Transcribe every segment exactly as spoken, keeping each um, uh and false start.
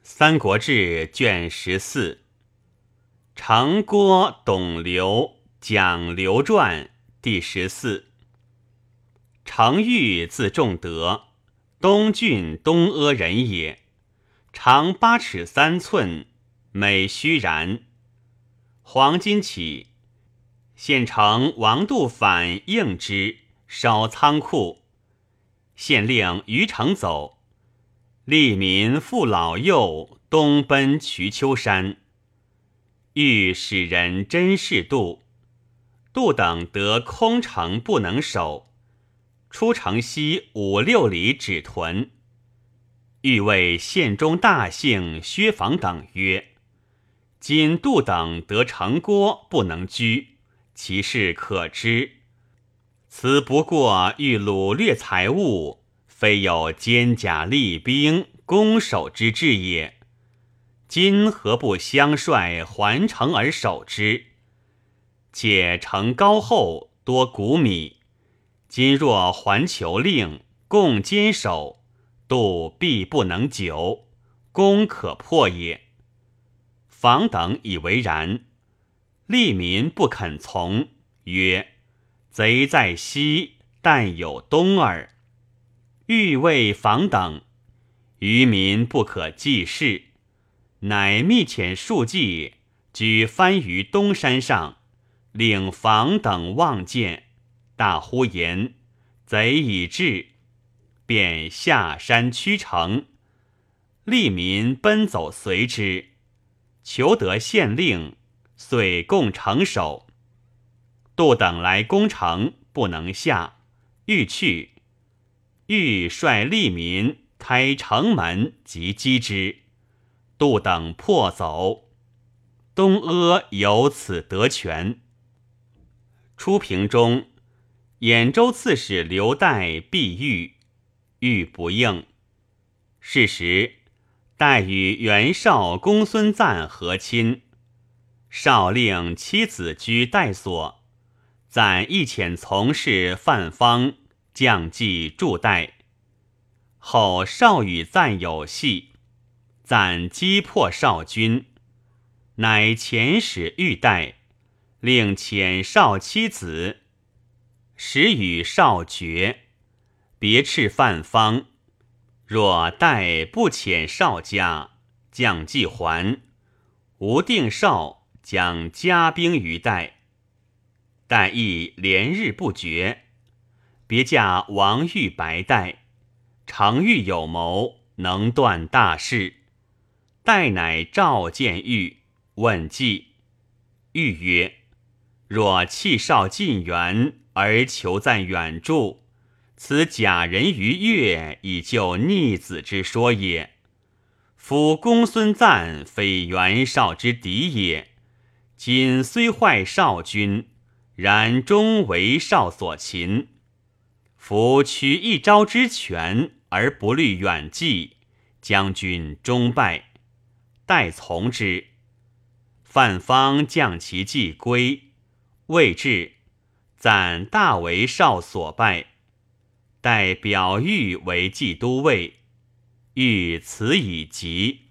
三国志》卷十四，长郭董刘讲刘传第十四。程昱字仲德，东郡东阿人也，长八尺三寸，美须髯。黄巾起，县丞王度反应之，烧仓库。县令于城走，吏民父老幼，东奔瞿丘山。欲使人真是度，度等得空城不能守，出城西五六里止屯。欲谓县中大姓薛房等曰：今度等得城郭不能居，其事可知。此不过欲掳掠财物，非有坚甲利兵攻守之志也。今何不相率还城而守之？且城高厚，多谷米，今若还求令，共坚守，度必不能久，攻可破也。房等以为然，吏民不肯从，曰：贼在西，但有东耳。欲谓房等，渔民不可济事，乃密遣数骑，举番于东山上，令房等望见，大呼言：贼已至！便下山驱城，吏民奔走随之，求得县令，遂共城守。度等来攻城，不能下，欲去，欲率吏民开城门及击之，度等破走，东阿由此得权。初平中，兖州刺史刘岱避狱，狱不应。是时，岱与袁绍公孙瓒和亲，绍令妻子居岱所，瓒亦遣从事范方将计助岱。后绍与瓒有隙，瓒击破绍军，乃遣使遇岱，令遣绍妻子，使与绍绝，别斥范方。若岱不遣绍家，将计还，无定绍将加兵于岱。岱亦连日不绝，别驾王玉白岱，常欲有谋，能断大事。岱乃召见玉，问计。玉曰：若弃绍进援，而求赞远助，此假人于越，以救逆子之说也。夫公孙瓒非袁绍之敌也，今虽坏绍军，然终为绍所擒。夫取一招之权，而不虑远计，将军终败。岱从之。范方将其计归，未至，瓒大为绍所败。岱表玉为骑都尉，欲辞以疾。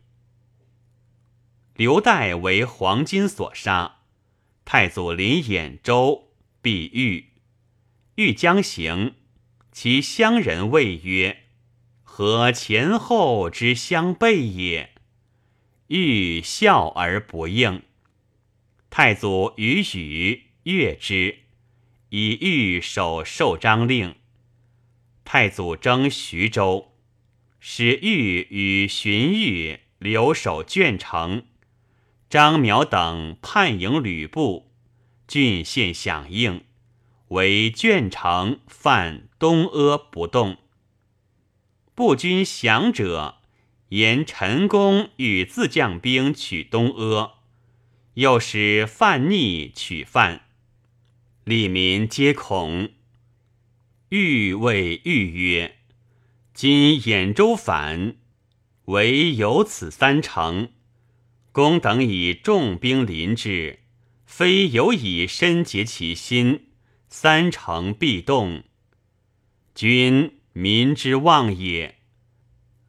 刘岱为黄巾所杀，太祖临兖州，避狱。欲将行，其乡人谓曰：何前后之相背也？欲笑而不应。太祖与语悦之，以欲守寿章令。太祖征徐州，使欲与荀彧留守鄄城。张邈等叛迎吕布，郡县响应，为鄄城犯东阿不动。步军降者，言陈宫欲自将兵取东阿，又使范逆取范，吏民皆恐。欲谓豫曰：今兖州反，唯有此三城，公等以重兵临之，非有以深结其心，三城必动。君民之望也。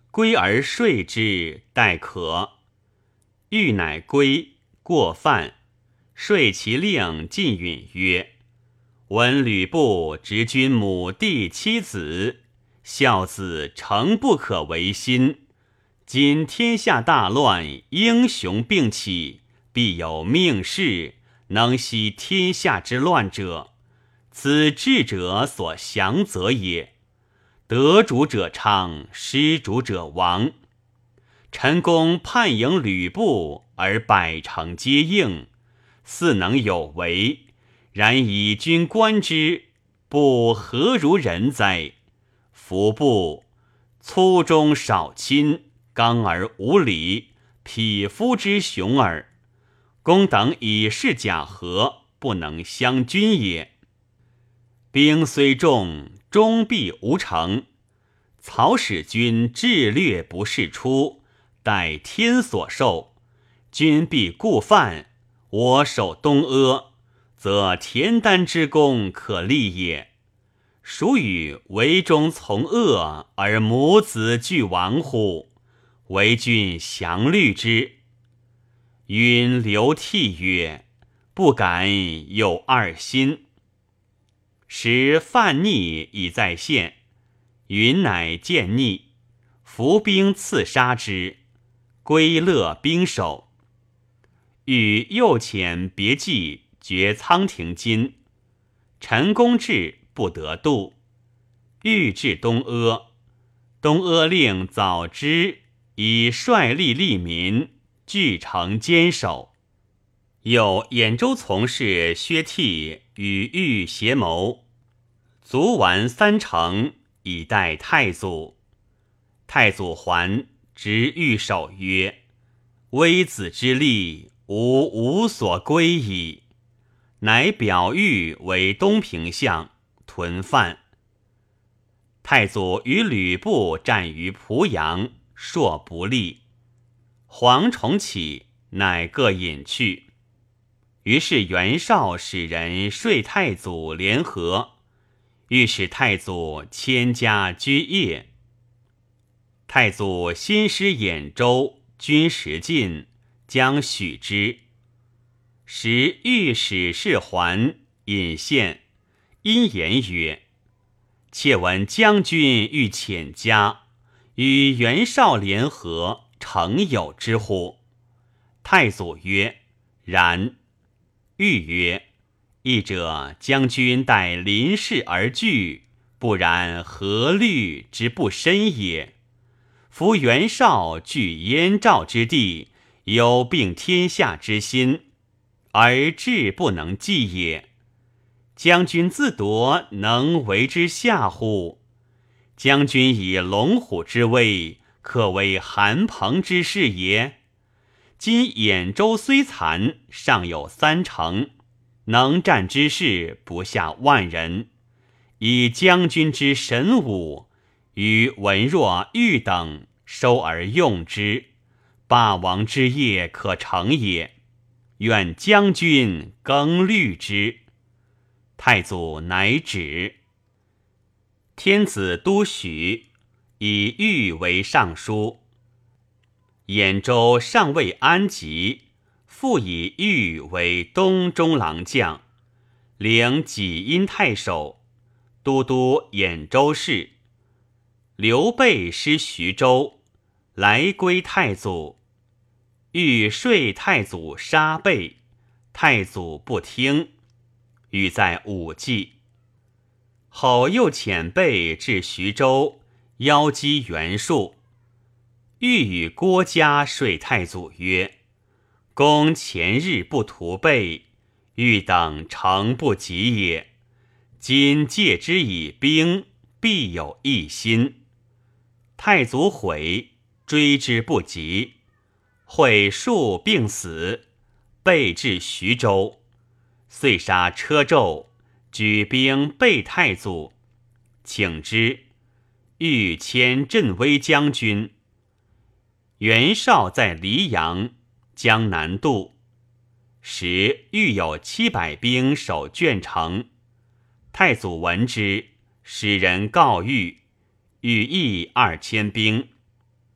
归而说之，待可。欲乃归，过犯。说其令，进允曰：闻吕布执君母弟妻子，孝子诚不可违心。今天下大乱，英雄并起，必有命士能息天下之乱者，此智者所降则也。得主者昌，失主者亡。陈宫叛迎吕布，而百城皆应，似能有为。然以君观之，不何如人哉？夫布粗中少亲，刚而无礼，匹夫之雄耳。公等以是假和，不能相君也。兵虽众，终必无成。曹使君智略不世出，待天所授，君必固犯。我守东阿，则田丹之功可立也。孰与为中从恶，而母子俱亡乎？为君详虑之。允流涕曰：不敢有二心。时犯逆已在县，允乃见逆，伏兵刺杀之，归乐兵守。欲诱遣别骑绝仓亭津，陈宫至，不得渡。欲至东阿，东阿令早知，以率吏利民，据城坚守。有兖州从事薛悌与欲协谋，卒完三城，以待太祖。太祖还，执御守曰：微子之力，吾无所归矣。乃表欲为东平相，屯犯。太祖与吕布战于濮阳，硕不利。蝗虫起，乃各隐去。于是袁绍使人说太祖联合，欲使太祖迁家居业。太祖新失兖州，军食尽，将许之。时御史事还，引献，因言曰：妾闻将军欲遣家，与袁绍联合，诚有之乎？太祖曰：然。欲曰：义者将军待临事而惧，不然何虑之不深也？夫袁绍据燕赵之地，有并天下之心，而志不能济也。将军自夺，能为之下乎？将军以龙虎之威，可为韩彭之势也。今兖州虽残，尚有三城，能战之士不下万人。以将军之神武，与文若、玉等收而用之，霸王之业可成也。愿将军更虑之。太祖乃止。天子都许，以玉为尚书。兖州尚未安吉，复以玉为东中郎将，领济阴太守，都督兖州事。刘备失徐州，来归太祖。欲说太祖杀备，太祖不听，欲在武纪。后又遣备至徐州，邀击袁术。欲与郭嘉说太祖曰：公前日不图备，欲等诚不及也。今借之以兵，必有异心。太祖悔，追之不及。会术病死，备至徐州，遂杀车胄，举兵备太祖，请之，欲迁镇威将军。袁绍在黎阳，江南渡，时欲有七百兵守鄄城。太祖闻之，使人告谕，欲议二千兵。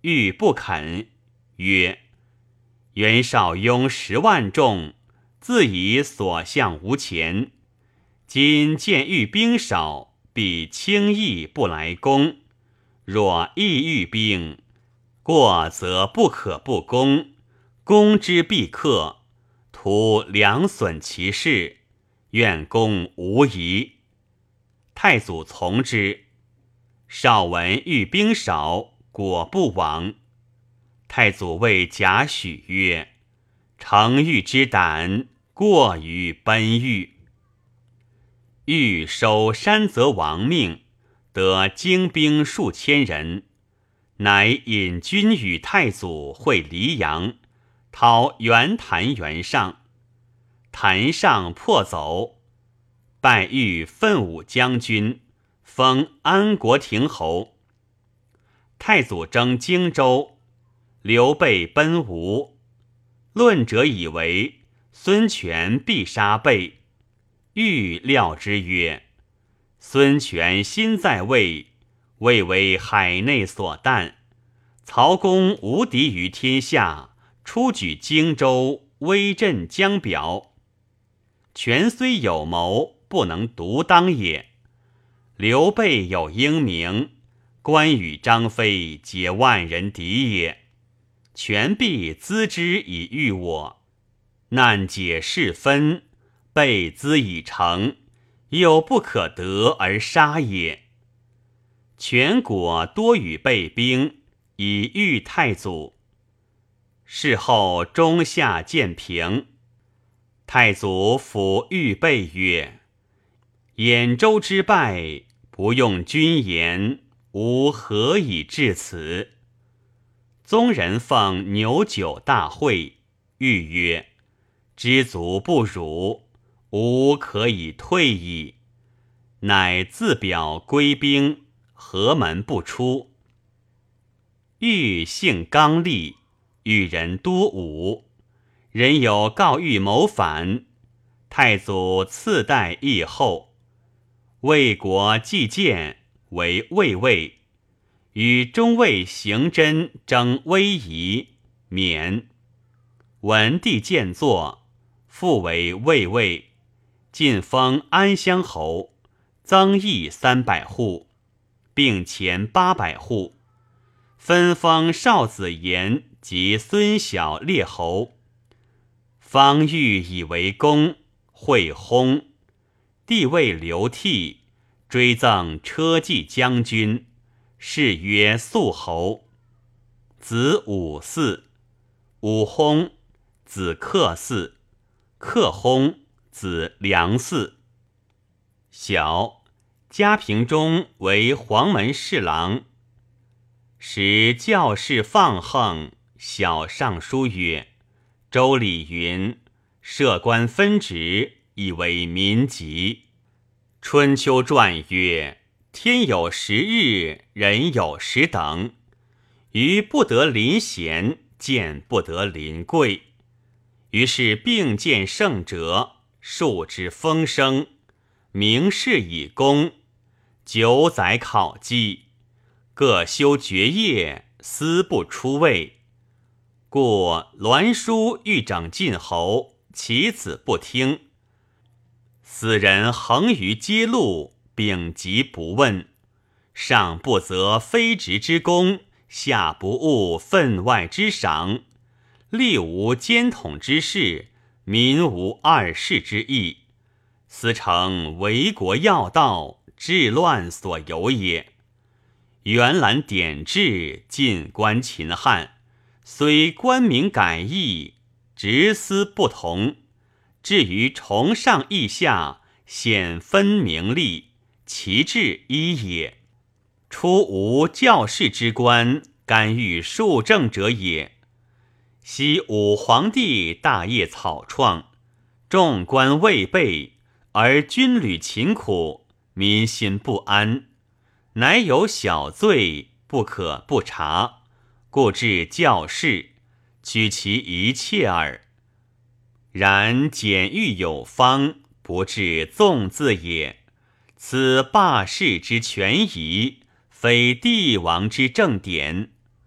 欲不肯，曰：袁绍拥十万众，自以所向无前。今见欲兵少，必轻易不来攻。若亦欲兵，过则不可不攻，攻之必克，徒两损其势，愿攻无疑。太祖从之。绍闻欲兵少，果不往。太祖谓贾诩曰：程昱之胆，过于奔欲。欲收山泽亡命，得精兵数千人，乃引军与太祖会黎阳，讨袁谭袁尚。谭尚破走，拜遇奋武将军，封安国亭侯。太祖征荆州，刘备奔吴。论者以为孙权必杀备，欲料之曰：孙权心在魏，魏为海内所惮，曹公无敌于天下，出举荆州，威震江表。权虽有谋，不能独当也。刘备有英名，关羽、张飞皆万人敌也。权必资之以御我，难解事分，备资已成，又不可得而杀也。权果多与备兵，以御太祖。事后中夏渐平。太祖抚御备曰：兖州之败，不用君言，吾何以至此？宗人奉牛酒大会，欲曰：知足不辱，吾可以退矣。乃自表归兵，何门不出。欲性刚戾，与人多武，人有告欲谋反，太祖赐代义后。魏国季建为魏尉，与中尉邢真争威仪，免。文帝见作，复为魏尉，晋封安乡侯，增邑三百户，并前八百户，分封少子延及孙小列侯。方欲以为公，会薨。帝位刘悌，追赠车骑将军，谥曰肃侯。子武嗣，武薨，子克嗣，克薨，子良嗣。小，嘉平中为黄门侍郎。时教士放横，小上书曰：周礼云，设官分职，以为民急。春秋传曰：天有十日，人有十等，于不得临贤，见不得临贵。于是并见圣者，述之风声，明示以功，九载考绩，各修爵业，思不出位。故栾书欲整晋侯，其子不听。死人横于街路，秉疾不问，上不择非职之功，下不务分外之赏，吏无兼统之事，民无二世之意，斯诚为国要道，治乱所由也。元览典制，进官秦汉，虽官名改易，职司不同，至于崇上义下，显分名利，其志一也。初无教士之官，干预庶政者也。昔武皇帝大业草创，众官未备，而军旅勤苦，民心不安，乃有小罪，不可不察，故至教士，取其一切耳。然简欲有方，不至纵字也。此霸世之权宜，非帝王之正典。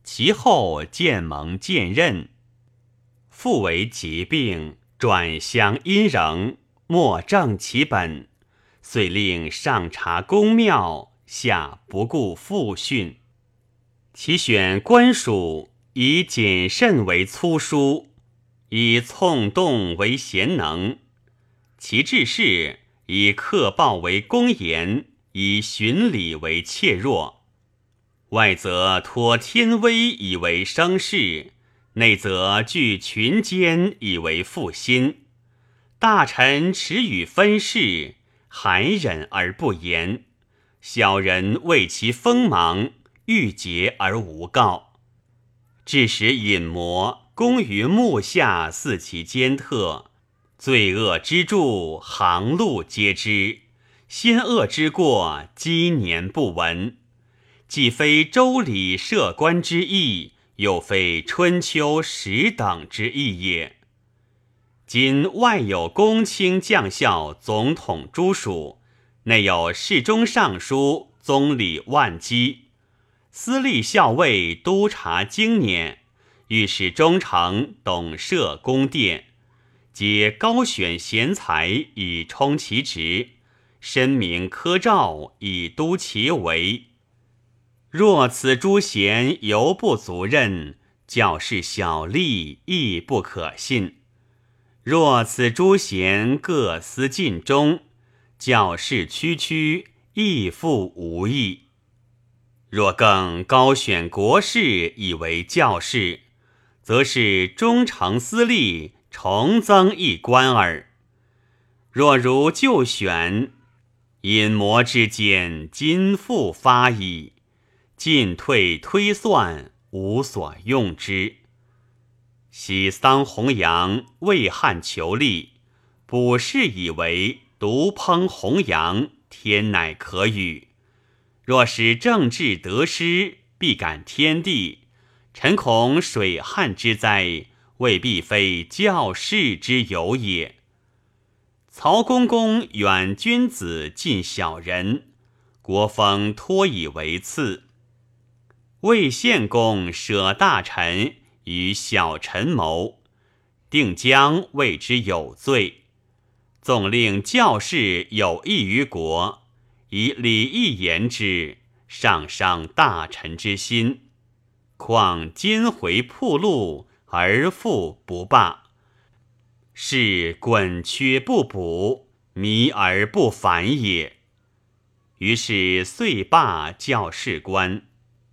其后渐蒙渐任，复为疾病，转相阴仍，莫正其本，遂令上察公庙，下不顾父训。其选官属，以谨慎为粗疏，以从动为贤能。其治事，以克报为公严，以循礼为怯弱。外则托天威以为生事，内则据群奸以为负心。大臣耻与分事，含忍而不言；小人为其锋芒，郁结而无告，致使隐魔攻于目下，肆其奸特。罪恶之助，行路皆知；先恶之过，积年不闻。既非周礼设官之意，又非春秋时等之意也。今外有公卿将校总统诸属，内有侍中尚书宗理万机，司隶校尉督察经辇，御史中丞董摄宫殿，皆高选贤才以充其职，申明科召以督其为。若此诸贤犹不足任，教士小吏亦不可信；若此诸贤各司尽忠，教士区区亦复无益。若更高选国士以为教士，则是中丞司隶重增一官耳。若如旧选，隐魔之间今复发矣，进退推算，无所用之。喜桑弘羊，为汉求利，卜士以为独烹弘羊，天乃可与。若使政治得失，必感天地。臣恐水旱之灾，未必非教士之有也。曹公公远君子近小人，国风托以为次。魏献公舍大臣与小臣谋，定将谓之有罪。纵令教士有益于国，以礼义言之，上伤大臣之心。况今回铺路，而复不罢，是滚缺不补，迷而不返也。于是遂罢教士官。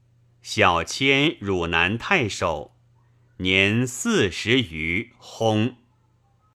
小迁汝南太守，年四十余，薨。